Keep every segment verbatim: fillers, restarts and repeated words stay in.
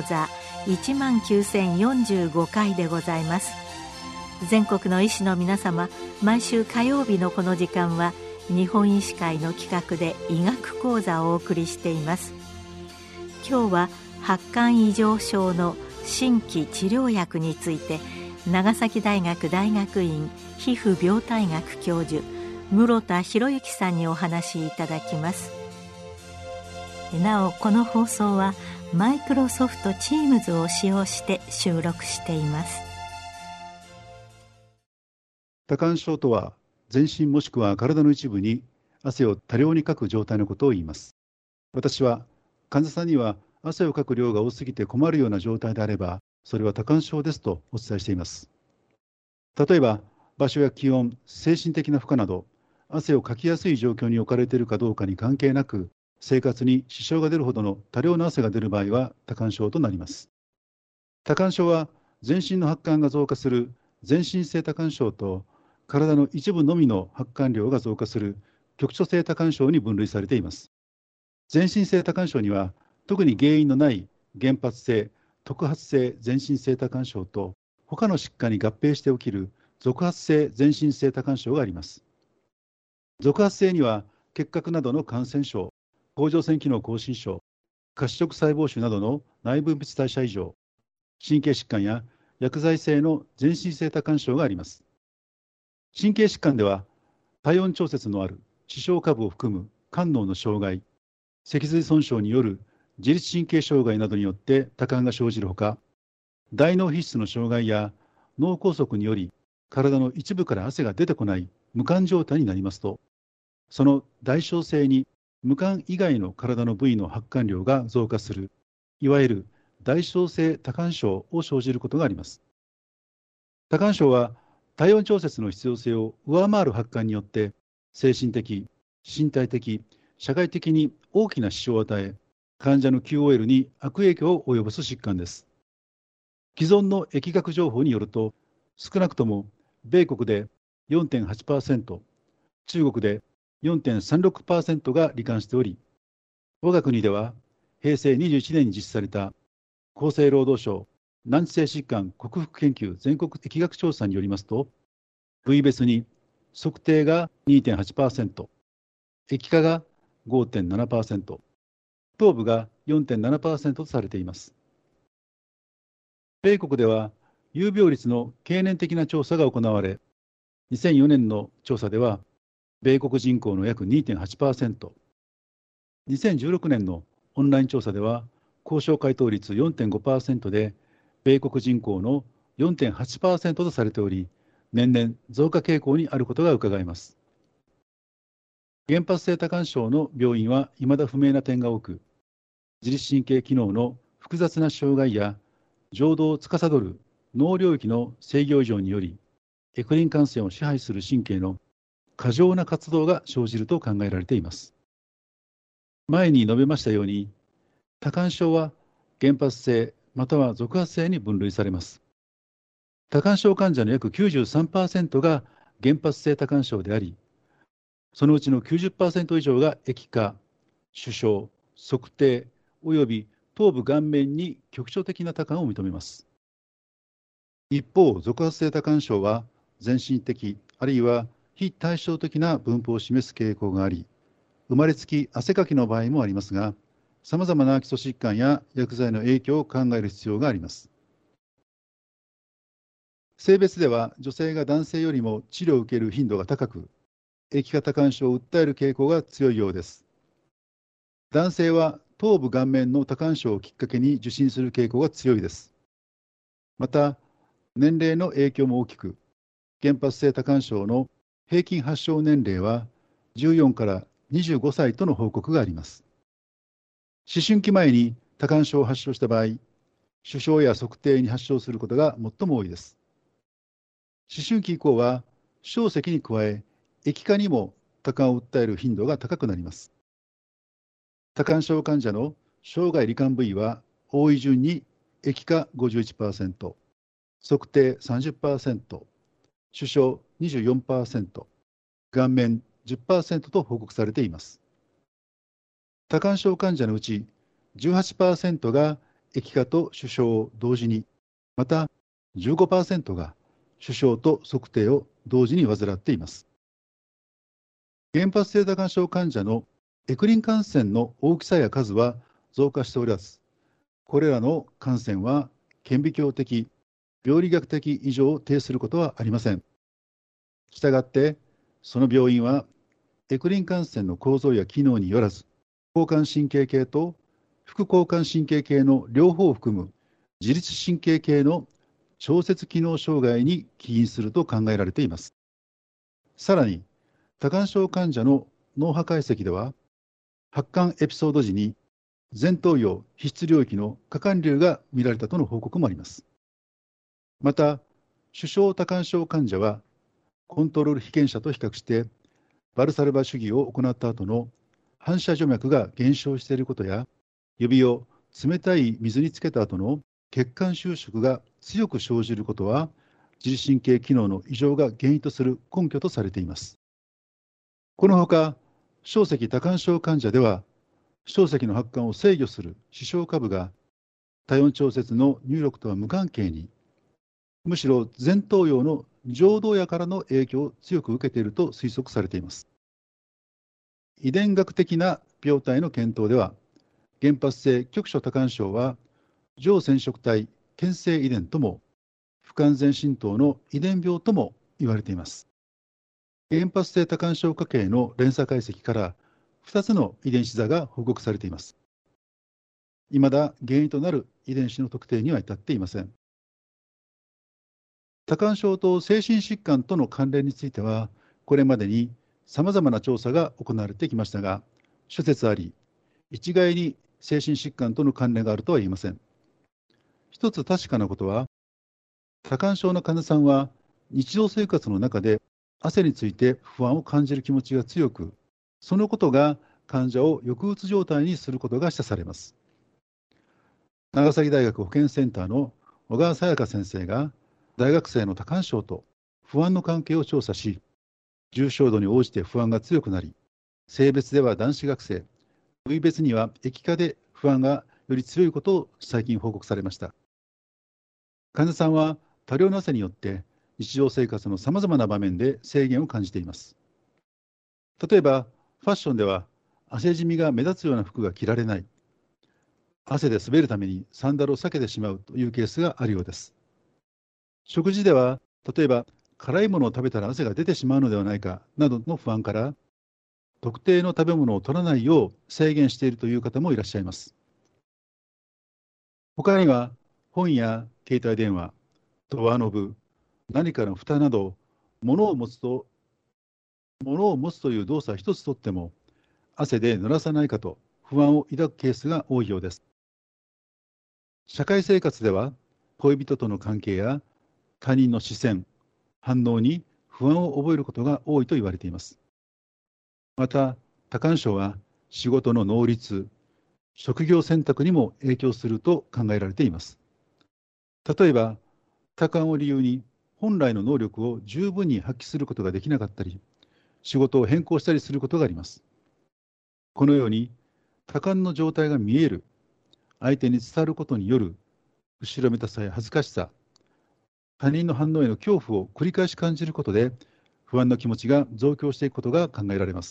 座いちまんきゅうせんよんじゅうごかいでございます。全国の医師の皆様、毎週火曜日のこの時間は日本医師会の企画で医学講座をお送りしています。今日は発汗異常症の新規治療薬について、長崎大学大学院皮膚病態学教授室田博之さんにお話しいただきます。なお、この放送はマイクロソフト Teams を使用して収録しています。 多汗症とは、全身もしくは体の一部に汗を多量にかく状態のことを言います。私は患者さんには汗をかく量が多すぎて困るような状態であれば、それは多汗症ですとお伝えしています。例えば、場所や気温、精神的な負荷など、汗をかきやすい状況に置かれているかどうかに関係なく、生活に支障が出るほどの多量の汗が出る場合は多汗症となります。多汗症は全身の発汗が増加する全身性多汗症と、体の一部のみの発汗量が増加する局所性多汗症に分類されています。全身性多汗症には、特に原因のない原発性、特発性全身性多汗症と、他の疾患に合併して起きる続発性全身性多汗症があります。続発性には、結核などの感染症、甲状腺機能亢進症、褐色細胞腫などの内分泌代謝異常、神経疾患や薬剤性の全身性多汗症があります。神経疾患では、体温調節のある視床下部を含む肝脳の障害、脊髄損傷による自律神経障害などによって多汗が生じるほか、大脳皮質の障害や脳梗塞により体の一部から汗が出てこない無汗状態になりますと、その代償性に無汗以外の体の部位の発汗量が増加する、いわゆる代償性多汗症を生じることがあります。多汗症は体温調節の必要性を上回る発汗によって、精神的、身体的、社会的に大きな支障を与え、患者の キューオーエル に悪影響を及ぼす疾患です。既存の疫学情報によると、少なくとも米国で よんてんはちパーセント、中国で よんてんさんろくパーセント が罹患しており、我が国ではへいせいにじゅういちねんに実施された厚生労働省難治性疾患克服研究全国疫学調査によりますと、部位別に測定が にてんはちパーセント、液化が ごてんななパーセント、頭部が よんてんななパーセント とされています。米国では有病率の経年的な調査が行われ、にせんよねんの調査では、米国人口の約 にてんはちパーセント、にせんじゅうろくねんのオンライン調査では、交渉回答率 よんてんごパーセント で、米国人口の よんてんはちパーセント とされており、年々増加傾向にあることが伺えます。原発性多汗症の病因は未だ不明な点が多く、自律神経機能の複雑な障害や情動を司る脳領域の制御異常により、エクリン汗腺を支配する神経の過剰な活動が生じると考えられています。前に述べましたように、多汗症は原発性または続発性に分類されます。多汗症患者の約 きゅうじゅうさんパーセント が原発性多汗症であり、そのうちの きゅうじゅっパーセント 以上が液化、主症、測定および頭部顔面に局所的な多汗を認めます。一方、続発性多汗症は全身的あるいは非対称的な分布を示す傾向があり、生まれつき汗かきの場合もありますが、さまざまな基礎疾患や薬剤の影響を考える必要があります。性別では女性が男性よりも治療を受ける頻度が高く、液化多汗症を訴える傾向が強いようです。男性は頭部顔面の多汗症をきっかけに受診する傾向が強いです。また、年齢の影響も大きく、原発性多汗症の平均発症年齢はじゅうよんからにじゅうごさいとの報告があります。思春期前に多汗症を発症した場合、主症や測定に発症することが最も多いです。思春期以降は、小石に加え、液化にも多汗を訴える頻度が高くなります。多汗症患者の生涯罹患部位は、多い順に液化 ごじゅういちパーセント、測定 さんじゅっパーセント、主症 にじゅうよんパーセント、顔面 じゅっパーセント と報告されています。多汗症患者のうち じゅうはちパーセント が疫科と手症を同時に、また じゅうごパーセント が手症と測定を同時に患っています。原発性多汗症患者のエクリン感染の大きさや数は増加しておらず、これらの感染は顕微鏡的、病理学的異常を呈することはありません。したがって、その病院はエクリン感染の構造や機能によらず、交感神経系と副交感神経系の両方を含む自律神経系の調節機能障害に起因すると考えられています。さらに、多汗症患者の脳波解析では、発汗エピソード時に前頭葉皮質領域の過汗流が見られたとの報告もあります。また、手症多汗症患者は、コントロール被験者と比較して、バルサルバ主義を行った後の反射除脈が減少していることや、指を冷たい水につけた後の血管収縮が強く生じることは、自律神経機能の異常が原因とする根拠とされています。このほか、小石多汗症患者では、小石の発汗を制御する視床下部が体温調節の入力とは無関係に、むしろ前頭葉の情動野からの影響を強く受けていると推測されています。遺伝学的な病態の検討では、原発性局所多汗症は、上染色体牽制遺伝とも、不完全浸透の遺伝病とも言われています。原発性多汗症家系の連鎖解析からふたつの遺伝子座が報告されています。いまだ原因となる遺伝子の特定には至っていません。多汗症と精神疾患との関連については、これまでにさまざまな調査が行われてきましたが、諸説あり、一概に精神疾患との関連があるとは言えません。一つ確かなことは、多汗症の患者さんは日常生活の中で汗について不安を感じる気持ちが強く、そのことが患者を抑うつ状態にすることが示唆されます。長崎大学保健センターの小川さやか先生が、大学生の多汗症と不安の関係を調査し、重症度に応じて不安が強くなり、性別では男子学生、部位別には疫科で不安がより強いことを最近報告されました。患者さんは多量の汗によって日常生活のさまざまな場面で制限を感じています。例えば、ファッションでは汗じみが目立つような服が着られない、汗で滑るためにサンダルを避けてしまうというケースがあるようです。食事では、例えば辛いものを食べたら汗が出てしまうのではないかなどの不安から、特定の食べ物を取らないよう制限しているという方もいらっしゃいます。他には、本や携帯電話、ドアノブ、何かの蓋など、物を持つと、物を持つという動作一つとっても、汗で濡らさないかと不安を抱くケースが多いようです。社会生活では、恋人との関係や他人の視線、反応に不安を覚えることが多いと言われています。また、多汗症は仕事の能率、職業選択にも影響すると考えられています。例えば、多汗を理由に本来の能力を十分に発揮することができなかったり、仕事を変更したりすることがあります。このように、多汗の状態が見える、相手に伝わることによる後ろめたさや恥ずかしさ、他人の反応への恐怖を繰り返し感じることで、不安な気持ちが増強していくことが考えられます。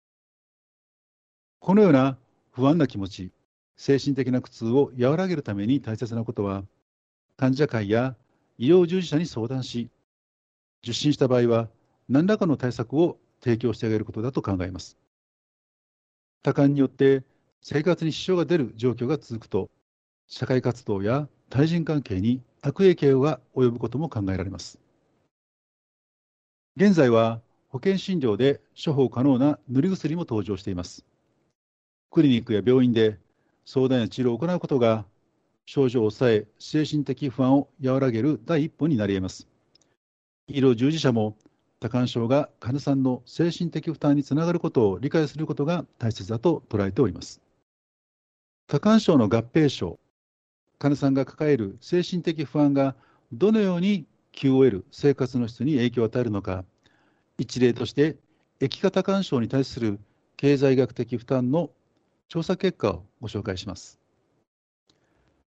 このような不安な気持ち、精神的な苦痛を和らげるために大切なことは、患者会や医療従事者に相談し、受診した場合は何らかの対策を提供してあげることだと考えます。多汗によって生活に支障が出る状況が続くと、社会活動や対人関係に悪影響が及ぶことも考えられます。現在は保険診療で処方可能な塗り薬も登場しています。クリニックや病院で相談や治療を行うことが、症状を抑え、精神的不安を和らげる第一歩になり得ます。医療従事者も多汗症が患者さんの精神的負担につながることを理解することが大切だと捉えております。多汗症の合併症、患者さんが抱える精神的不安がどのように キューオーエル 生活の質に影響を与えるのか、一例として疫科多汗症に対する経済学的負担の調査結果をご紹介します。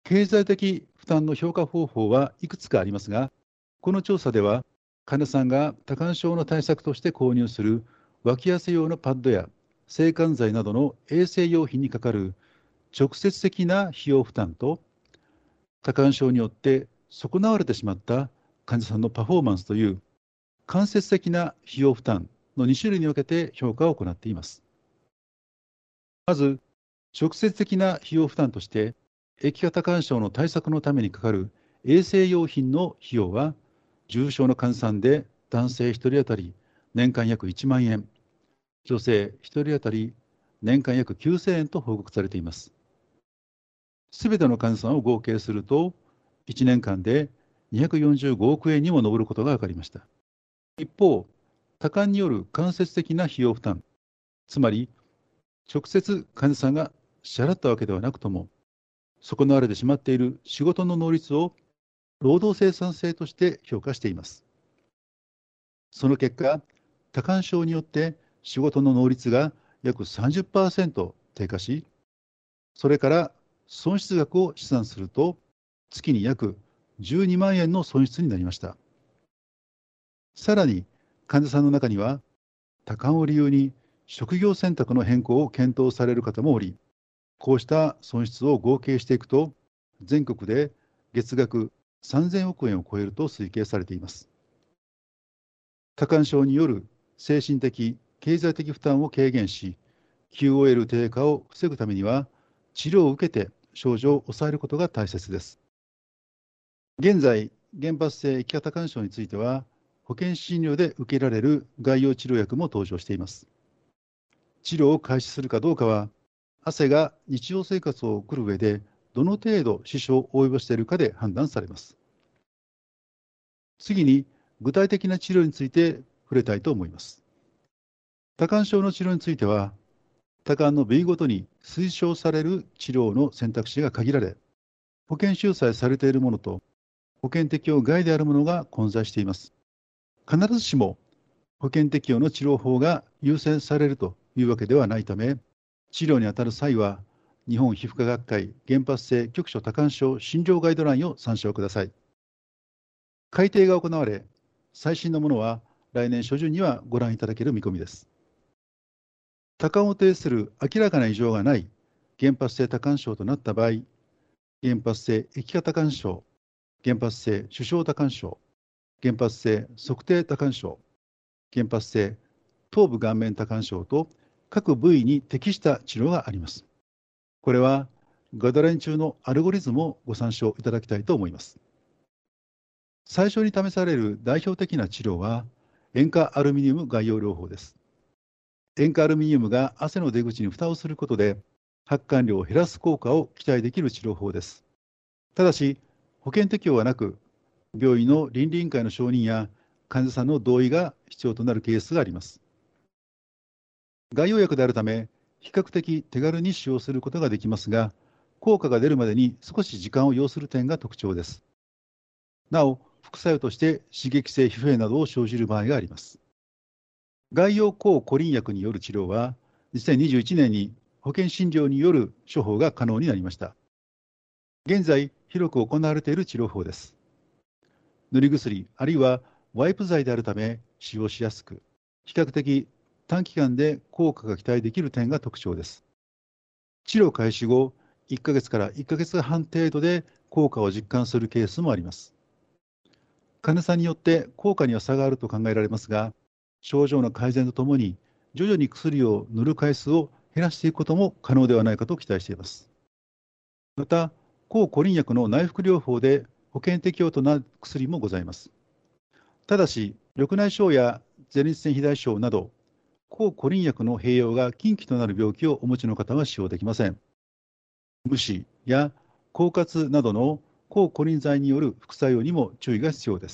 経済的負担の評価方法はいくつかありますが、この調査では、患者さんが多汗症の対策として購入する脇汗用のパッドや制汗剤などの衛生用品にかかる直接的な費用負担と、多汗症によって損なわれてしまった患者さんのパフォーマンスという間接的な費用負担のに種類に分けて評価を行っています。まず、直接的な費用負担として、液化多汗症の対策のためにかかる衛生用品の費用は、重症の患者さんで男性ひとり当たり年間約いちまんえん、女性ひとり当たり年間約きゅうせんえんと報告されています。すべての患者さんを合計すると、いちねんかんでにひゃくよんじゅうごおくえんにも上ることが分かりました。一方、多汗による間接的な費用負担、つまり直接患者さんが支払ったわけではなくとも、損なわれてしまっている仕事の能率を労働生産性として評価しています。その結果、多汗症によって仕事の能率が約 さんじゅっパーセント 低下し、それから損失額を試算すると、月に約じゅうにまんえんの損失になりました。さらに、患者さんの中には、多汗を理由に職業選択の変更を検討される方もおり、こうした損失を合計していくと、全国で月額さんぜんおくえんを超えると推計されています。多汗症による精神的、経済的負担を軽減し、キューオーエル 低下を防ぐためには、治療を受けて症状を抑えることが大切です。現在、原発性液化多汗症については、保険診療で受けられる外用治療薬も登場しています。治療を開始するかどうかは、汗が日常生活を送る上でどの程度支障を及ぼしているかで判断されます。次に、具体的な治療について触れたいと思います。多汗症の治療については、多汗の部位ごとに推奨される治療の選択肢が限られ、保険収載されているものと保険適用外であるものが混在しています。必ずしも保険適用の治療法が優先されるというわけではないため、治療にあたる際は、日本皮膚科学会原発性局所多汗症診療ガイドラインを参照ください。改定が行われ、最新のものは来年初旬にはご覧いただける見込みです。多汗を呈する明らかな異常がない原発性多汗症となった場合、原発性液化多汗症、原発性手小多汗症、原発性測定多汗症、原発性頭部顔面多汗症と各部位に適した治療があります。これはガイドライン中のアルゴリズムをご参照いただきたいと思います。最初に試される代表的な治療は塩化アルミニウム外用療法です。塩化アルミニウムが汗の出口に蓋をすることで発汗量を減らす効果を期待できる治療法です。ただし、保険適用はなく、病院の倫理委員会の承認や患者さんの同意が必要となるケースがあります。外用薬であるため、比較的手軽に使用することができますが、効果が出るまでに少し時間を要する点が特徴です。なお、副作用として刺激性皮膚炎などを生じる場合があります。外用抗コリン薬による治療は、にせんにじゅういちねんに保険診療による処方が可能になりました。現在、広く行われている治療法です。塗り薬、あるいはワイプ剤であるため使用しやすく、比較的短期間で効果が期待できる点が特徴です。治療開始後、いっかげつからいっかげつはん程度で効果を実感するケースもあります。患者さんによって効果には差があると考えられますが、症状の改善とともに徐々に薬を塗る回数を減らしていくことも可能ではないかと期待しています。また、抗コリン薬の内服療法で保険適用となる薬もございます。ただし、緑内障や前立腺肥大症など、抗コリン薬の併用が禁忌となる病気をお持ちの方は使用できません。無視や狡猾などの抗コリン剤による副作用にも注意が必要です。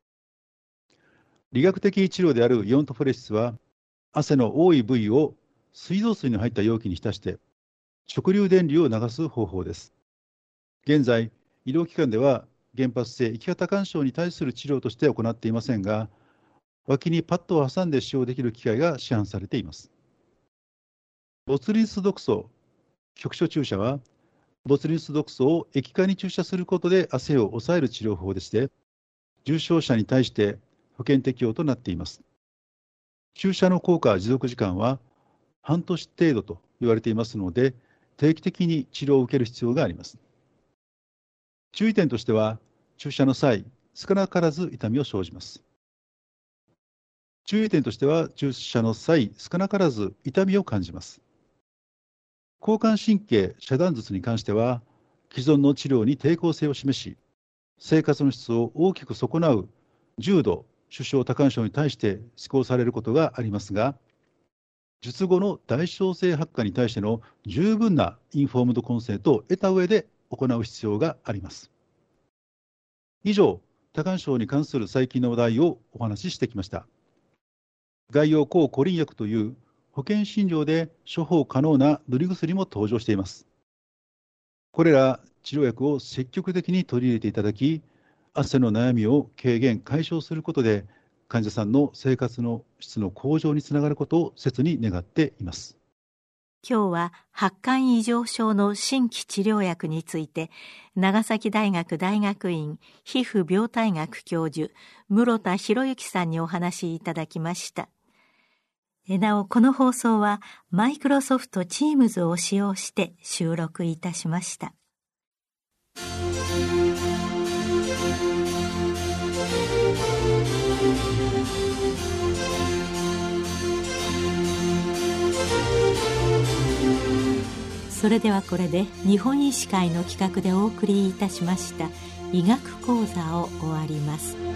理学的治療であるイオントフォレシスは、汗の多い部位を水道水の入った容器に浸して、直流電流を流す方法です。現在、医療機関では原発性液化多汗症に対する治療として行っていませんが、脇にパッドを挟んで使用できる機械が市販されています。ボツリヌス毒素局所注射は、 ボツリヌス毒素を液化に注射することで汗を抑える治療法でして、重症者に対して保険適用となっています。注射の効果持続時間は半年程度と言われていますので、定期的に治療を受ける必要があります。注意点としては、注射の際、少なからず痛みを生じます。注意点としては、注射の際、少なからず痛みを感じます。交感神経遮断術に関しては、既存の治療に抵抗性を示し、生活の質を大きく損なう重度手掌多汗症に対して施行されることがありますが、術後の代償性発火に対しての十分なインフォームドコンセントを得た上で行う必要があります。以上、多汗症に関する最近の話題をお話ししてきました。外用抗コリン薬という保険診療で処方可能な塗り薬も登場しています。これら治療薬を積極的に取り入れていただき、汗の悩みを軽減解消することで、患者さんの生活の質の向上につながることを切に願っています。 今日は発汗異常症の新規治療薬について、長崎大学大学院皮膚病態学教授室田博之さんにお話しいただきました。なお、この放送はマイクロソフト Teams を使用して収録いたしました。それではこれで日本医師会の企画でお送りいたしました医学講座を終わります。